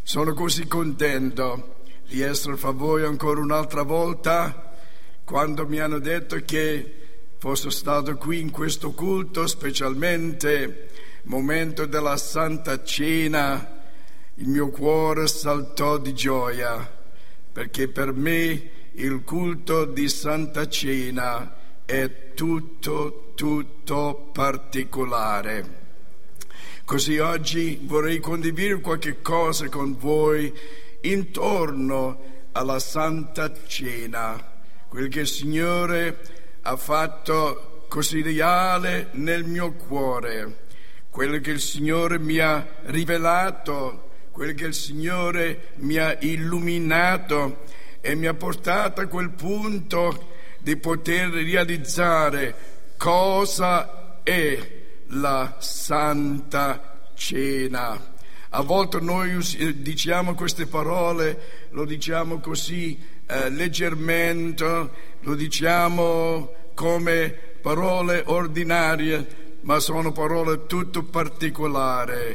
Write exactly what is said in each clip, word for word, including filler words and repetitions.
Sono così contento di essere fra voi ancora un'altra volta, quando mi hanno detto che fosse stato qui in questo culto, specialmente momento della Santa Cena. Il mio cuore saltò di gioia, perché per me il culto di Santa Cena è tutto, tutto particolare. Così oggi vorrei condividere qualche cosa con voi intorno alla Santa Cena, quel che il Signore ha fatto così reale nel mio cuore, quello che il Signore mi ha rivelato, quello che il Signore mi ha illuminato e mi ha portato a quel punto di poter realizzare cosa è la Santa Cena. A volte noi diciamo queste parole, lo diciamo così eh, leggermente, lo diciamo come parole ordinarie, ma sono parole tutto particolari.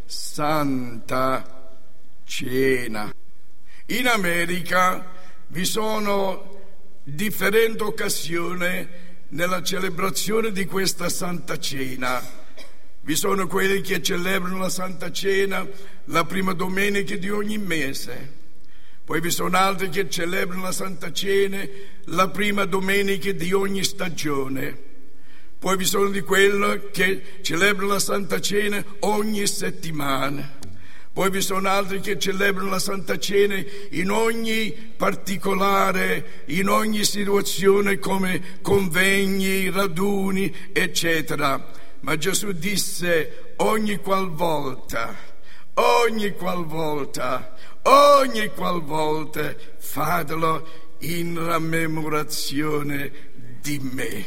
Santa Cena. In America vi sono differenti occasioni nella celebrazione di questa Santa Cena. Vi sono quelli che celebrano la Santa Cena la prima domenica di ogni mese, poi vi sono altri che celebrano la Santa Cena la prima domenica di ogni stagione, poi vi sono di quelli che celebrano la Santa Cena ogni settimana, poi vi sono altri che celebrano la Santa Cena in ogni particolare, in ogni situazione come convegni, raduni, eccetera. Ma Gesù disse ogni qualvolta, ogni qualvolta, ogni qualvolta fatelo in rammemorazione di me.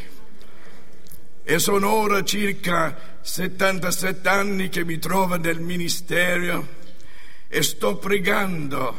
E sono ora circa settantasette anni che mi trovo nel ministero e sto pregando,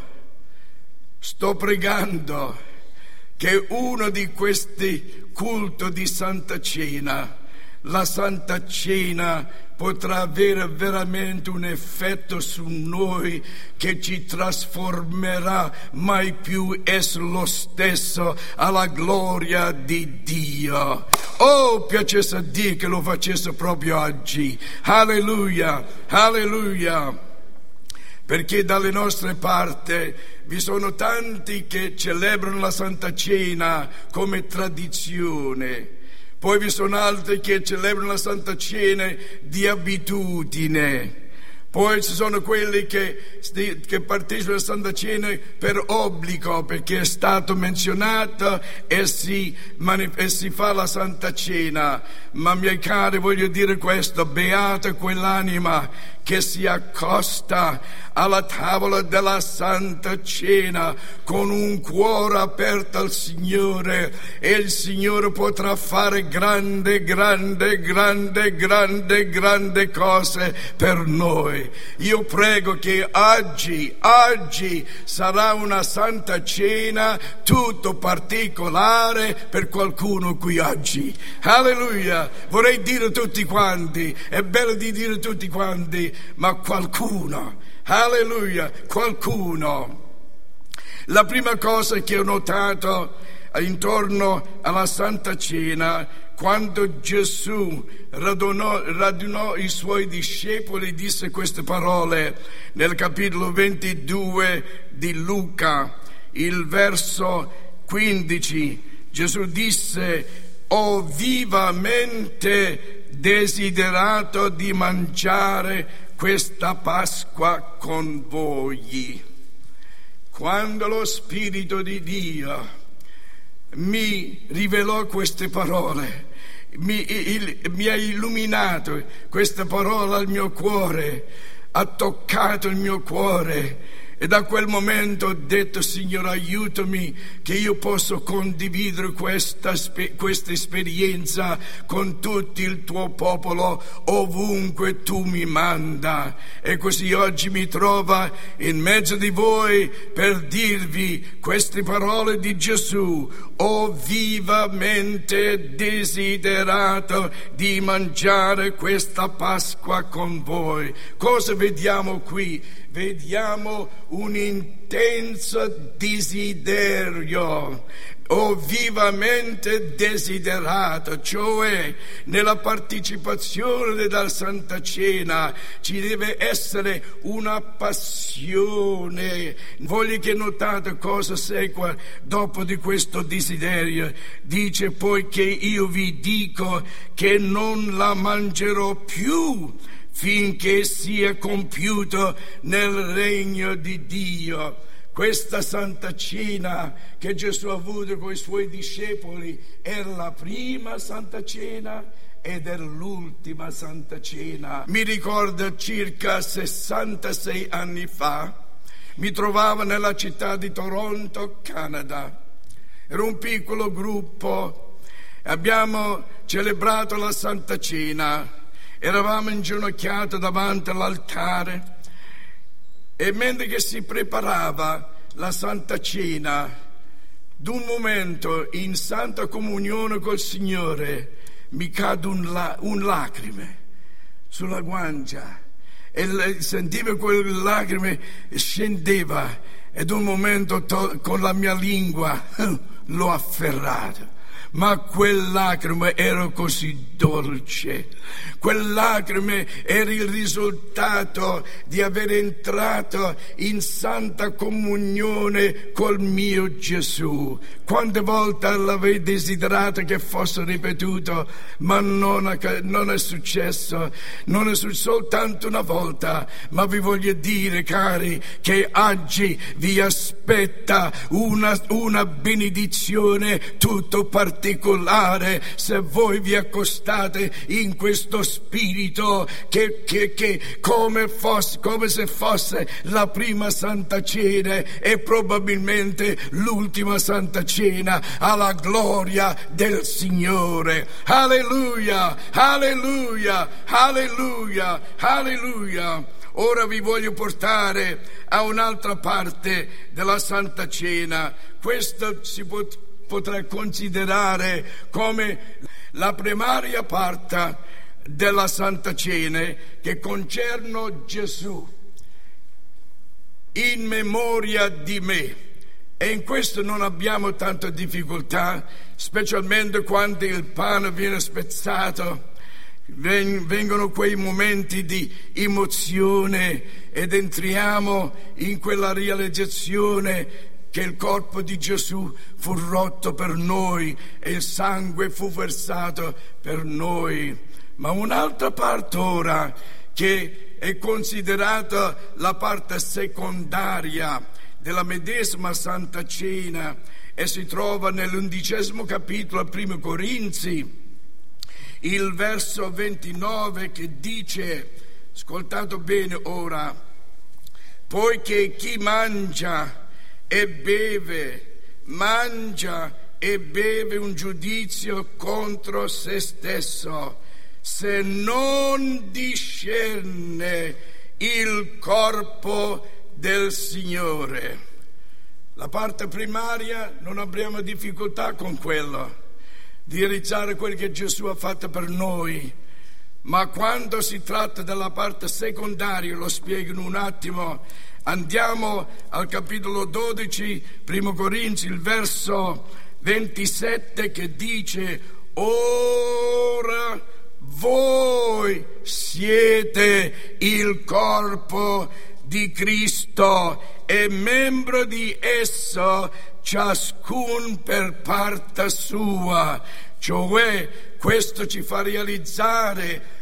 sto pregando che uno di questi culti di Santa Cena, la Santa Cena, potrà avere veramente un effetto su noi che ci trasformerà mai più essere lo stesso alla gloria di Dio. Oh, piacesse a Dio che lo facesse proprio oggi. Alleluia, alleluia. Perché dalle nostre parti vi sono tanti che celebrano la Santa Cena come tradizione. Poi vi sono altri che celebrano la Santa Cena di abitudine. Poi ci sono quelli che, che partecipano alla Santa Cena per obbligo, perché è stato menzionato e si, e si fa la Santa Cena. Ma miei cari, voglio dire questo: beata quell'anima che si accosta alla tavola della Santa Cena con un cuore aperto al Signore, e il Signore potrà fare grande, grande, grande, grande, grande cose per noi. Io prego che oggi, oggi sarà una Santa Cena tutto particolare per qualcuno qui oggi. Alleluia! Vorrei dire tutti quanti, è bello di dire tutti quanti, ma qualcuno, alleluia, qualcuno. La prima cosa che ho notato intorno alla Santa Cena, quando Gesù radunò, radunò i suoi discepoli, disse queste parole nel capitolo ventidue di Luca, il verso quindici. Gesù disse: ho vivamente desiderato di mangiare questa Pasqua con voi. Quando lo Spirito di Dio mi rivelò queste parole, mi, il, mi ha illuminato questa parola al mio cuore, ha toccato il mio cuore, E da quel momento ho detto: Signore, aiutami che io posso condividere questa, questa esperienza con tutto il tuo popolo ovunque tu mi manda. E così oggi mi trovo in mezzo di voi per dirvi queste parole di Gesù: ho vivamente desiderato di mangiare questa Pasqua con voi. Cosa vediamo qui? Vediamo un intenso desiderio, ho vivamente desiderato, cioè nella partecipazione della Santa Cena ci deve essere una passione. Voglio che notate cosa segue dopo di questo desiderio. Dice: poiché io vi dico che non la mangerò più finché sia compiuto nel regno di Dio. Questa Santa Cena che Gesù ha avuto con i suoi discepoli è la prima Santa Cena ed è l'ultima Santa Cena. Mi ricordo circa sessantasei anni fa, mi trovavo nella città di Toronto, Canada. Era un piccolo gruppo, abbiamo celebrato la Santa Cena. Eravamo inginocchiati davanti all'altare e mentre che si preparava la Santa Cena, d'un momento in Santa Comunione col Signore mi cade un, la, un lacrime sulla guancia e sentivo quelle lacrime scendeva e d'un momento to- con la mia lingua l'ho afferrato. Ma quel lacrime era così dolce, quel lacrime era il risultato di aver entrato in santa comunione col mio Gesù. Quante volte l'avevo desiderato che fosse ripetuto, ma non è, non è successo, non è successo soltanto una volta. Ma vi voglio dire, cari, che oggi vi aspetta una, una benedizione tutto particolare. particolare se voi vi accostate in questo spirito che, che, che come, fosse, come se fosse la prima Santa Cena e probabilmente l'ultima Santa Cena alla gloria del Signore. Alleluia, alleluia, alleluia, alleluia. Ora vi voglio portare a un'altra parte della Santa Cena. Questo si può potrà considerare come la primaria parte della Santa Cena che concerne Gesù. In memoria di me. E in questo non abbiamo tanta difficoltà, specialmente quando il pane viene spezzato. Vengono quei momenti di emozione ed entriamo in quella realizzazione che il corpo di Gesù fu rotto per noi e il sangue fu versato per noi. Ma un'altra parte ora che è considerata la parte secondaria della medesima Santa Cena e si trova nell'undicesimo capitolo, primo Corinzi, il verso ventinove, che dice, ascoltate bene ora: poiché chi mangia e beve, mangia e beve un giudizio contro se stesso, se non discerne il corpo del Signore. La parte primaria non abbiamo difficoltà con quello, di realizzare quel che Gesù ha fatto per noi, ma quando si tratta della parte secondaria, lo spiego in un attimo. Andiamo al capitolo dodici, primo Corinzi, il verso ventisette, che dice: ora voi siete il corpo di Cristo e membro di esso ciascun per parte sua. Cioè, questo ci fa realizzare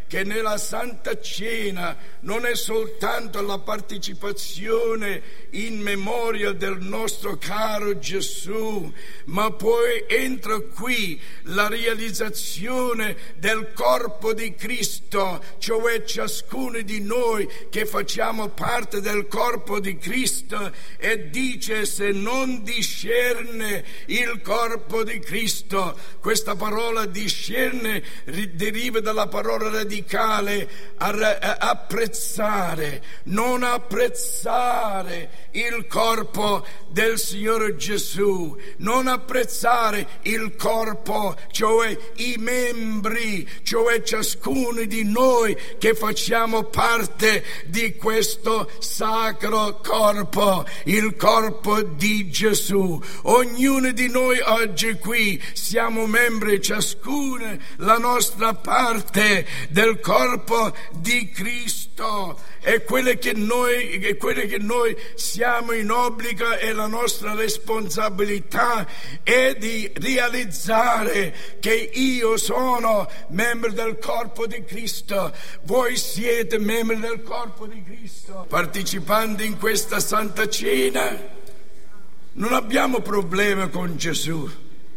che nella Santa Cena non è soltanto la partecipazione in memoria del nostro caro Gesù, ma poi entra qui la realizzazione del corpo di Cristo, cioè ciascuno di noi che facciamo parte del corpo di Cristo, e dice: se non discerne il corpo di Cristo. Questa parola discerne deriva dalla parola radicale apprezzare, non apprezzare il corpo del Signore Gesù, non apprezzare il corpo, cioè i membri, cioè ciascuno di noi che facciamo parte di questo sacro corpo, il corpo di Gesù. Ognuno di noi oggi qui siamo membri, ciascuno la nostra parte del corpo di Cristo, e quelle che noi, e quelle che noi siamo in obbligo e la nostra responsabilità è di realizzare che io sono membro del corpo di Cristo, voi siete membri del corpo di Cristo. Partecipando in questa Santa Cena non abbiamo problemi con Gesù,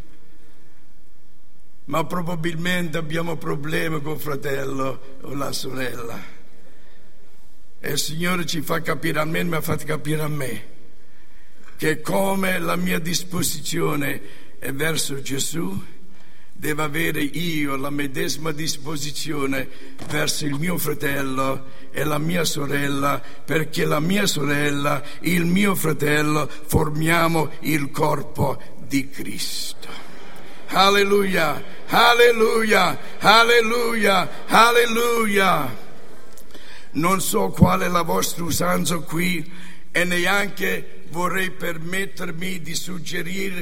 ma probabilmente abbiamo problemi con il fratello o la sorella. E il Signore ci fa capire, almeno mi ha fatto capire a me, che come la mia disposizione è verso Gesù, devo avere io la medesima disposizione verso il mio fratello e la mia sorella, perché la mia sorella, il mio fratello, formiamo il corpo di Cristo. Alleluia, alleluia, alleluia, alleluia. Non so qual è la vostra usanza qui, e neanche vorrei permettermi di suggerire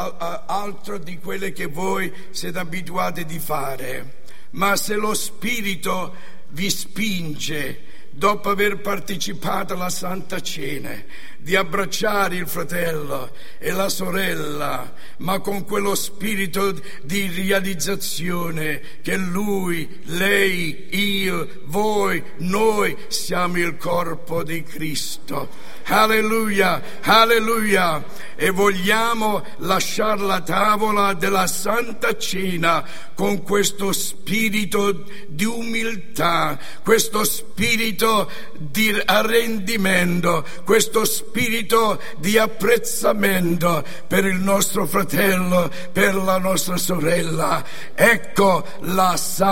altro di quelle che voi siete abituati di fare, ma se lo Spirito vi spinge, dopo aver partecipato alla Santa Cena, di abbracciare il fratello e la sorella, ma con quello spirito di realizzazione che lui, lei, io, voi, noi siamo il corpo di Cristo. Alleluia, alleluia. E vogliamo lasciare la tavola della Santa Cena con questo spirito di umiltà, questo spirito di arrendimento, questo spirito di apprezzamento per il nostro fratello, per la nostra sorella. Ecco la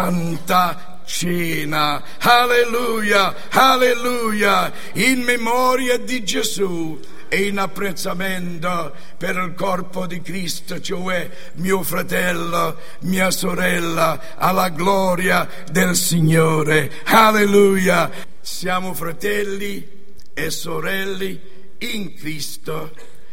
Santa Cena. Alleluia, alleluia, in memoria di Gesù e in apprezzamento per il corpo di Cristo, cioè mio fratello, mia sorella, alla gloria del Signore. Alleluia. Siamo fratelli e sorelle in Cristo,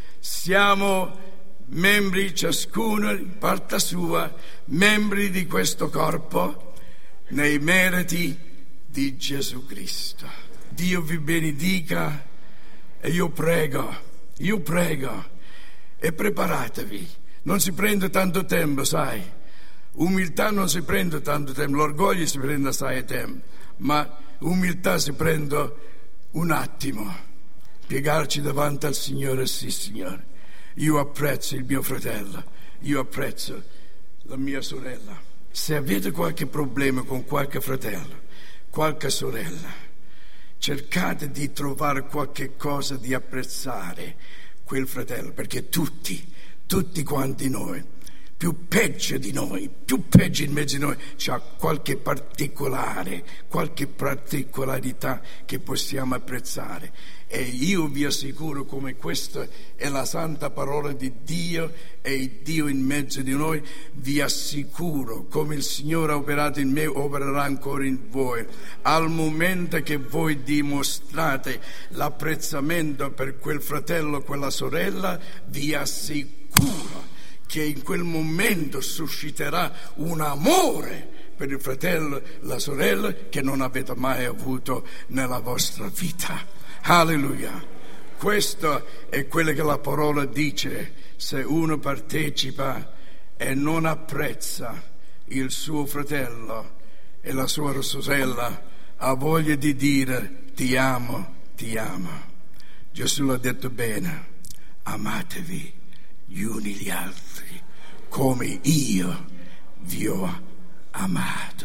siamo membri ciascuno in parte sua, membri di questo corpo, nei meriti di Gesù Cristo. Dio vi benedica. E io prego, io prego, e preparatevi, non si prende tanto tempo, sai, umiltà non si prende tanto tempo, l'orgoglio si prende assai tempo, ma umiltà si prende un attimo, piegarci davanti al Signore. Sì, Signore, io apprezzo il mio fratello, io apprezzo la mia sorella. Se avete qualche problema con qualche fratello, qualche sorella, cercate di trovare qualche cosa di apprezzare quel fratello, perché tutti, tutti quanti noi, più peggio di noi, più peggio in mezzo di noi, c'ha qualche particolare, qualche particolarità che possiamo apprezzare. E io vi assicuro, come questa è la santa parola di Dio e il Dio in mezzo di noi, vi assicuro, come il Signore ha operato in me, opererà ancora in voi. Al momento che voi dimostrate l'apprezzamento per quel fratello, quella sorella, vi assicuro che in quel momento susciterà un amore per il fratello, la sorella, che non avete mai avuto nella vostra vita. Alleluia. Questo è quello che la parola dice. Se uno partecipa e non apprezza il suo fratello e la sua sorella ha voglia di dire ti amo, ti amo. Gesù l'ha detto bene, amatevi gli uni gli altri come io vi ho amato.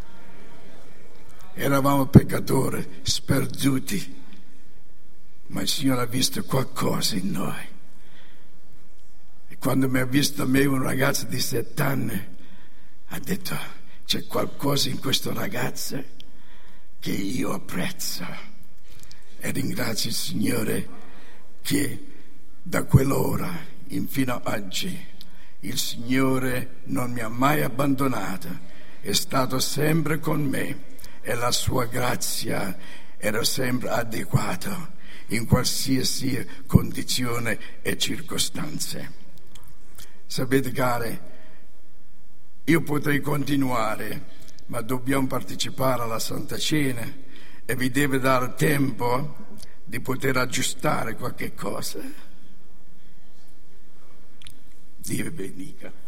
Eravamo peccatori, sperduti, ma il Signore ha visto qualcosa in noi. E quando mi ha visto a me, un ragazzo di sette anni, ha detto c'è qualcosa in questo ragazzo che io apprezzo. E ringrazio il Signore che da quell'ora infino a oggi il Signore non mi ha mai abbandonato, è stato sempre con me e la sua grazia era sempre adeguata in qualsiasi condizione e circostanze. Sapete, cari, io potrei continuare, ma dobbiamo partecipare alla Santa Cena e vi deve dare tempo di poter aggiustare qualche cosa. Dio benedica.